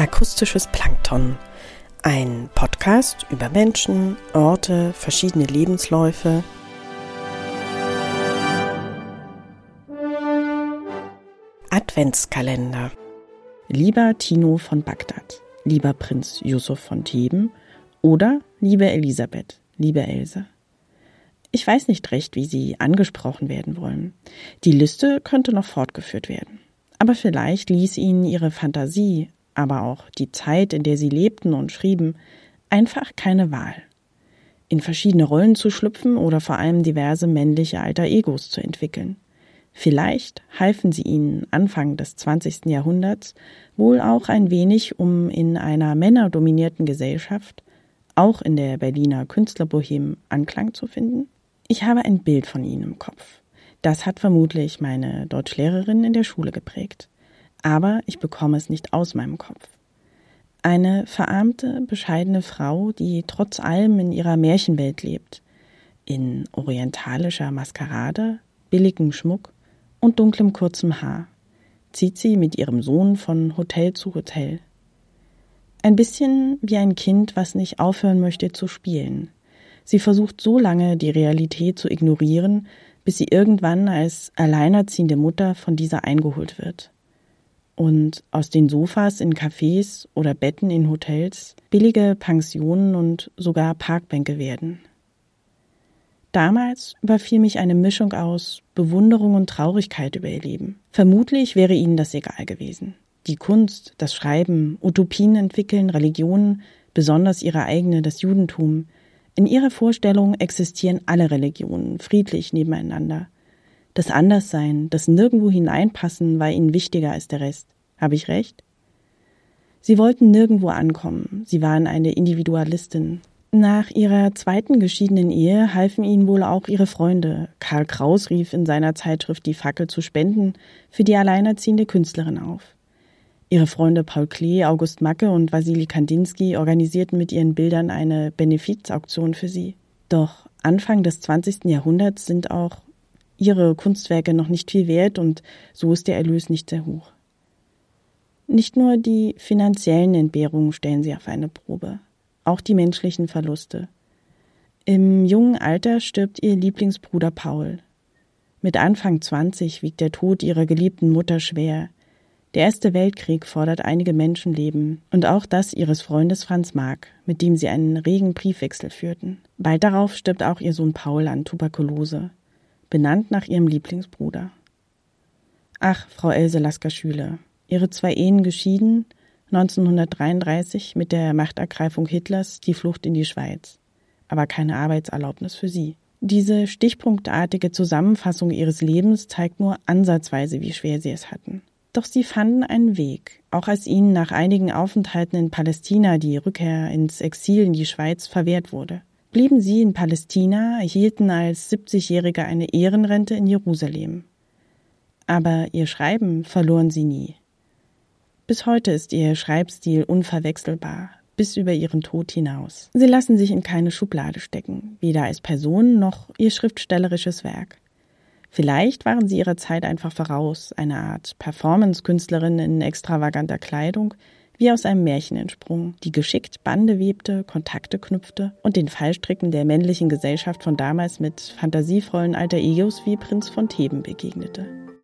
Akustisches Plankton, ein Podcast über Menschen, Orte, verschiedene Lebensläufe. Adventskalender. Lieber Tino von Bagdad, lieber Prinz Yusuf von Theben oder liebe Elisabeth, liebe Else. Ich weiß nicht recht, wie Sie angesprochen werden wollen. Die Liste könnte noch fortgeführt werden. Aber vielleicht ließ Ihnen Ihre Fantasie, aber auch die Zeit, in der Sie lebten und schrieben, einfach keine Wahl. In verschiedene Rollen zu schlüpfen oder vor allem diverse männliche Alter Egos zu entwickeln. Vielleicht halfen sie Ihnen Anfang des 20. Jahrhunderts wohl auch ein wenig, um in einer männerdominierten Gesellschaft, auch in der Berliner Künstlerboheme, Anklang zu finden. Ich habe ein Bild von Ihnen im Kopf. Das hat vermutlich meine Deutschlehrerin in der Schule geprägt. Aber ich bekomme es nicht aus meinem Kopf. Eine verarmte, bescheidene Frau, die trotz allem in ihrer Märchenwelt lebt. In orientalischer Maskerade, billigem Schmuck und dunklem kurzem Haar zieht sie mit ihrem Sohn von Hotel zu Hotel. Ein bisschen wie ein Kind, was nicht aufhören möchte zu spielen. Sie versucht so lange, die Realität zu ignorieren, bis sie irgendwann als alleinerziehende Mutter von dieser eingeholt wird. Und aus den Sofas in Cafés oder Betten in Hotels billige Pensionen und sogar Parkbänke werden. Damals überfiel mich eine Mischung aus Bewunderung und Traurigkeit über ihr Leben. Vermutlich wäre ihnen das egal gewesen. Die Kunst, das Schreiben, Utopien entwickeln, Religionen, besonders ihre eigene, das Judentum. In ihrer Vorstellung existieren alle Religionen friedlich nebeneinander. Das Anderssein, das Nirgendwo hineinpassen, war ihnen wichtiger als der Rest. Habe ich recht? Sie wollten nirgendwo ankommen. Sie waren eine Individualistin. Nach ihrer zweiten geschiedenen Ehe halfen ihnen wohl auch ihre Freunde. Karl Kraus rief in seiner Zeitschrift Die Fackel zu Spenden für die alleinerziehende Künstlerin auf. Ihre Freunde Paul Klee, August Macke und Wassily Kandinsky organisierten mit ihren Bildern eine Benefizauktion für sie. Doch Anfang des 20. Jahrhunderts sind auch ihre Kunstwerke noch nicht viel wert und so ist der Erlös nicht sehr hoch. Nicht nur die finanziellen Entbehrungen stellen sie auf eine Probe, auch die menschlichen Verluste. Im jungen Alter stirbt ihr Lieblingsbruder Paul. Mit Anfang 20 wiegt der Tod ihrer geliebten Mutter schwer. Der Erste Weltkrieg fordert einige Menschenleben und auch das ihres Freundes Franz Marc, mit dem sie einen regen Briefwechsel führten. Bald darauf stirbt auch ihr Sohn Paul an Tuberkulose, benannt nach ihrem Lieblingsbruder. Ach, Frau Else Lasker-Schüler, ihre 2 Ehen geschieden, 1933 mit der Machtergreifung Hitlers die Flucht in die Schweiz, aber keine Arbeitserlaubnis für sie. Diese stichpunktartige Zusammenfassung ihres Lebens zeigt nur ansatzweise, wie schwer sie es hatten. Doch sie fanden einen Weg, auch als ihnen nach einigen Aufenthalten in Palästina die Rückkehr ins Exil in die Schweiz verwehrt wurde. Blieben sie in Palästina, erhielten als 70-Jährige eine Ehrenrente in Jerusalem. Aber ihr Schreiben verloren sie nie. Bis heute ist ihr Schreibstil unverwechselbar, bis über ihren Tod hinaus. Sie lassen sich in keine Schublade stecken, weder als Person noch ihr schriftstellerisches Werk. Vielleicht waren sie ihrer Zeit einfach voraus, eine Art Performance-Künstlerin in extravaganter Kleidung, wie aus einem Märchen entsprungen, die geschickt Bande webte, Kontakte knüpfte und den Fallstricken der männlichen Gesellschaft von damals mit fantasievollen Alter Egos wie Prinz von Theben begegnete.